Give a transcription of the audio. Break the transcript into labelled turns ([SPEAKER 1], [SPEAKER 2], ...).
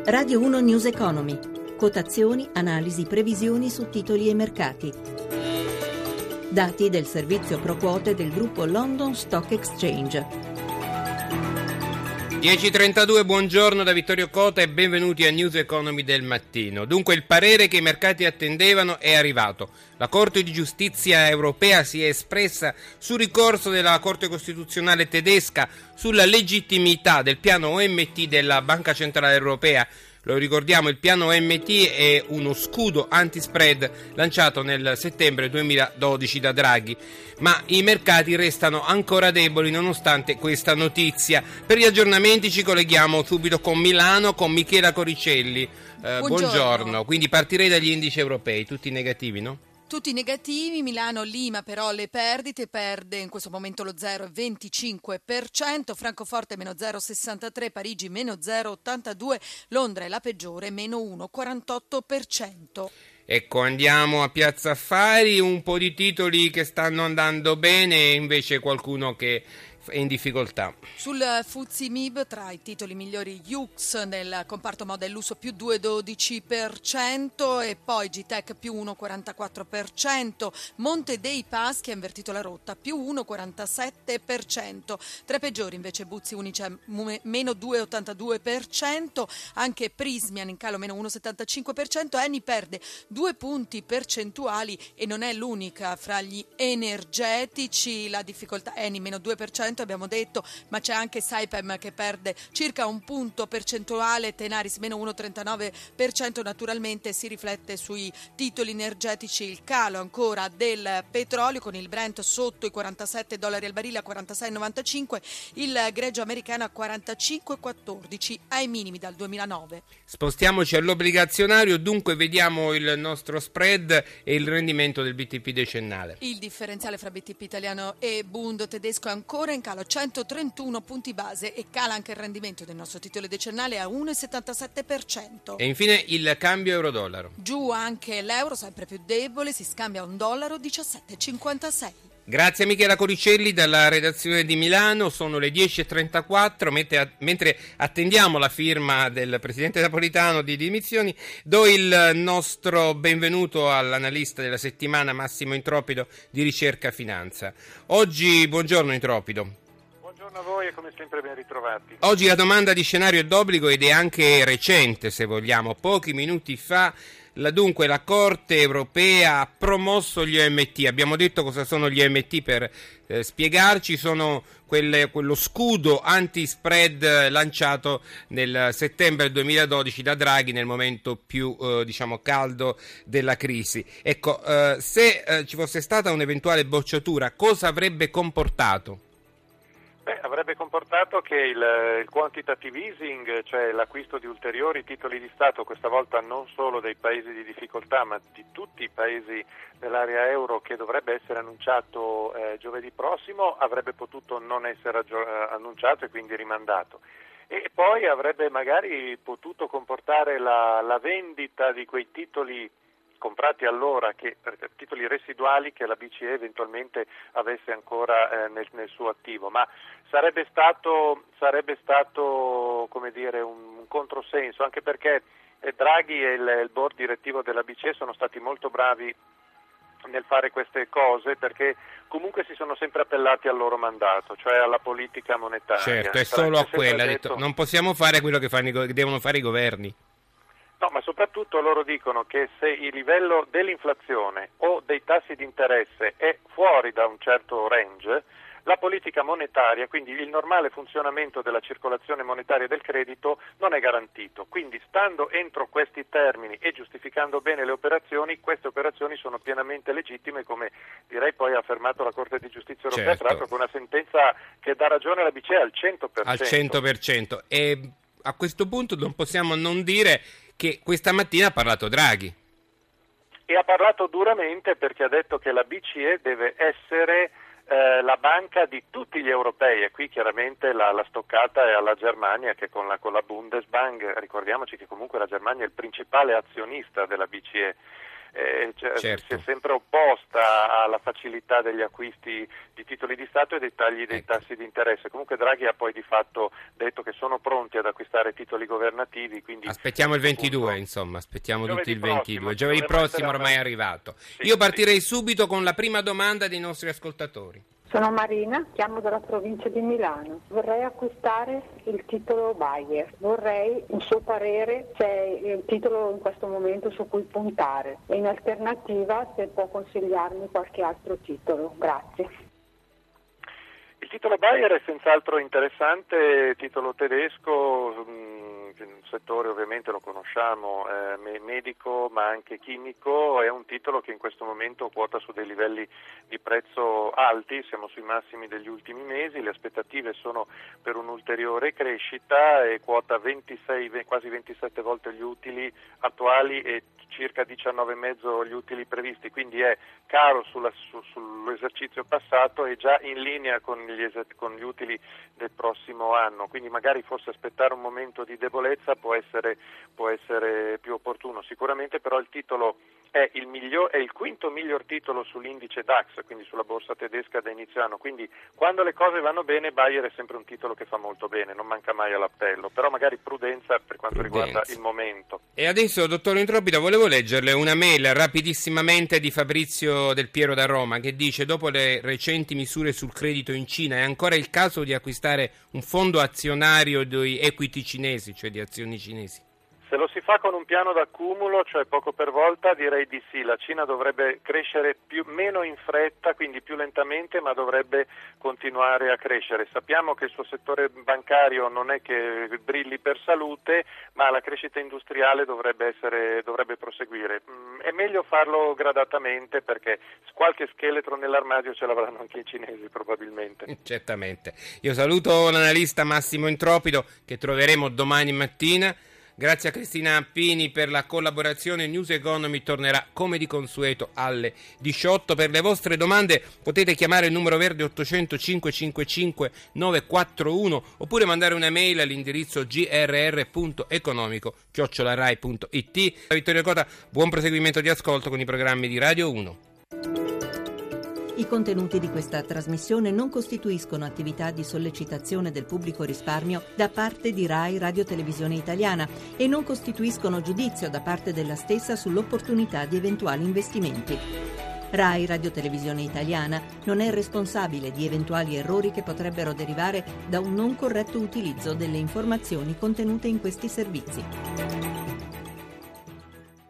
[SPEAKER 1] Radio 1 News Economy. Quotazioni, analisi, previsioni su titoli e mercati. Dati del servizio pro quote del gruppo London Stock Exchange.
[SPEAKER 2] 10.32, buongiorno da Vittorio Cota e benvenuti a News Economy del mattino. Dunque il parere che i mercati attendevano è arrivato. La Corte di Giustizia europea si è espressa sul ricorso della Corte Costituzionale tedesca sulla legittimità del piano OMT della Banca Centrale Europea. Lo ricordiamo, il piano OMT è uno scudo anti-spread lanciato nel settembre 2012 da Draghi, ma i mercati restano ancora deboli nonostante questa notizia. Per gli aggiornamenti ci colleghiamo subito con Milano, con Michela Coricelli. Buongiorno. Quindi partirei dagli indici europei, tutti negativi, no?
[SPEAKER 3] Tutti negativi, Milano, Lima però le perdite, perde in questo momento lo 0,25%, Francoforte meno 0,63%, Parigi meno 0,82%, Londra è la peggiore, meno 1,48%.
[SPEAKER 2] Ecco, andiamo a Piazza Affari, un po' di titoli che stanno andando bene e invece qualcuno che è in difficoltà.
[SPEAKER 3] Sul FTSE MIB tra i titoli migliori Yux nel comparto moda e lusso più 2,12% e poi Gtech più 1,44%, Monte dei Paschi ha invertito la rotta più 1,47%, tra i peggiori invece Buzzi Unicem meno 2,82%, anche Prismian in calo meno 1,75%, Eni perde 2 punti percentuali e non è l'unica fra gli energetici, la difficoltà Eni meno 2%, abbiamo detto, ma c'è anche Saipem che perde circa un punto percentuale, Tenaris meno 1,39%, naturalmente si riflette sui titoli energetici il calo ancora del petrolio con il Brent sotto i $47 al barile a 46,95, il greggio americano a 45,14 ai minimi dal 2009.
[SPEAKER 2] Spostiamoci all'obbligazionario, dunque vediamo il nostro spread e il rendimento del BTP decennale.
[SPEAKER 3] Il differenziale fra BTP italiano e Bund tedesco è ancora in calo a 131 punti base e cala anche il rendimento del nostro titolo decennale a 1,77%.
[SPEAKER 2] E infine il cambio euro-dollaro.
[SPEAKER 3] Giù anche l'euro, sempre più debole, si scambia a $1,17,56.
[SPEAKER 2] Grazie a Michela Coricelli dalla redazione di Milano, sono le 10.34, mentre attendiamo la firma del Presidente Napolitano di dimissioni, do il nostro benvenuto all'analista della settimana Massimo Intropido di Ricerca Finanza. Oggi, buongiorno Intropido.
[SPEAKER 4] Buongiorno a voi e come sempre ben ritrovati.
[SPEAKER 2] Oggi la domanda di scenario è d'obbligo ed è anche recente, se vogliamo. Pochi minuti fa dunque la Corte europea ha promosso gli OMT. Abbiamo detto cosa sono gli OMT per spiegarci. Sono quello scudo anti-spread lanciato nel settembre 2012 da Draghi nel momento più caldo della crisi. Ecco, se ci fosse stata un'eventuale bocciatura, cosa avrebbe comportato?
[SPEAKER 4] Avrebbe comportato che il quantitative easing, cioè l'acquisto di ulteriori titoli di Stato, questa volta non solo dei paesi di difficoltà ma di tutti i paesi dell'area euro, che dovrebbe essere annunciato giovedì prossimo, avrebbe potuto non essere annunciato e quindi rimandato. E poi avrebbe magari potuto comportare la vendita di quei titoli comprati allora, titoli residuali che la BCE eventualmente avesse ancora nel suo attivo, ma sarebbe stato come dire un controsenso, anche perché Draghi e il board direttivo della BCE sono stati molto bravi nel fare queste cose, perché comunque si sono sempre appellati al loro mandato, cioè alla politica monetaria.
[SPEAKER 2] Certo, è solo a quella, non possiamo fare quello che devono fare i governi.
[SPEAKER 4] No, ma soprattutto loro dicono che se il livello dell'inflazione o dei tassi di interesse è fuori da un certo range, la politica monetaria, quindi il normale funzionamento della circolazione monetaria del credito, non è garantito. Quindi, stando entro questi termini e giustificando bene le operazioni, queste operazioni sono pienamente legittime, come direi poi ha affermato la Corte di Giustizia europea,
[SPEAKER 2] certo,
[SPEAKER 4] tra l'altro con una sentenza che dà ragione alla BCE al 100%.
[SPEAKER 2] Al 100%. E a questo punto non possiamo non dire che questa mattina ha parlato Draghi.
[SPEAKER 4] E ha parlato duramente, perché ha detto che la BCE deve essere la banca di tutti gli europei, e qui chiaramente la stoccata è alla Germania, che con la Bundesbank, ricordiamoci che comunque la Germania è il principale azionista della BCE,
[SPEAKER 2] Certo.
[SPEAKER 4] Si è sempre opposta alla facilità degli acquisti di titoli di Stato e dei tagli dei tassi di interesse. Comunque Draghi ha poi di fatto detto che sono pronti ad acquistare titoli governativi, quindi
[SPEAKER 2] aspettiamo il 22, insomma, aspettiamo tutti il 22. Giovedì prossimo ormai è arrivato.
[SPEAKER 4] Sì,
[SPEAKER 2] io partirei subito con la prima domanda dei nostri ascoltatori.
[SPEAKER 5] Sono Marina, chiamo dalla provincia di Milano. Vorrei acquistare il titolo Bayer. Vorrei un suo parere se è il titolo in questo momento su cui puntare. E in alternativa se può consigliarmi qualche altro titolo. Grazie.
[SPEAKER 4] Il titolo Bayer è senz'altro interessante, titolo tedesco, un settore ovviamente lo conosciamo, medico ma anche chimico, è un titolo che in questo momento quota su dei livelli di prezzo alti, siamo sui massimi degli ultimi mesi, le aspettative sono per un'ulteriore crescita e quota quasi 27 volte gli utili attuali e circa 19,5 gli utili previsti, quindi è caro sull'esercizio passato e già in linea con gli utili del prossimo anno, quindi magari forse aspettare un momento di debolezza può essere più opportuno. Sicuramente però il titolo è il quinto miglior titolo sull'indice DAX, quindi sulla borsa tedesca da inizio anno, quindi quando le cose vanno bene Bayer è sempre un titolo che fa molto bene, non manca mai all'appello, però magari prudenza per quanto riguarda il momento.
[SPEAKER 2] E adesso, dottor Intropito, volevo leggerle una mail rapidissimamente di Fabrizio Del Piero da Roma che dice: dopo le recenti misure sul credito in Cina è ancora il caso di acquistare un fondo azionario di equity cinesi, cioè di azioni cinesi?
[SPEAKER 4] Se lo si fa con un piano d'accumulo, cioè poco per volta, direi di sì. La Cina dovrebbe crescere meno in fretta, quindi più lentamente, ma dovrebbe continuare a crescere. Sappiamo che il suo settore bancario non è che brilli per salute, ma la crescita industriale dovrebbe proseguire. È meglio farlo gradatamente perché qualche scheletro nell'armadio ce l'avranno anche i cinesi probabilmente.
[SPEAKER 2] Certamente. Io saluto l'analista Massimo Intropito che troveremo domani mattina. Grazie a Cristina Appini per la collaborazione. News Economy tornerà come di consueto alle 18. Per le vostre domande potete chiamare il numero verde 800 555 941 oppure mandare una mail all'indirizzo grr.economico@rai.it. Vittorio Cota, buon proseguimento di ascolto con i programmi di Radio 1.
[SPEAKER 1] I contenuti di questa trasmissione non costituiscono attività di sollecitazione del pubblico risparmio da parte di Rai Radio Televisione Italiana e non costituiscono giudizio da parte della stessa sull'opportunità di eventuali investimenti. Rai Radio Televisione Italiana non è responsabile di eventuali errori che potrebbero derivare da un non corretto utilizzo delle informazioni contenute in questi servizi.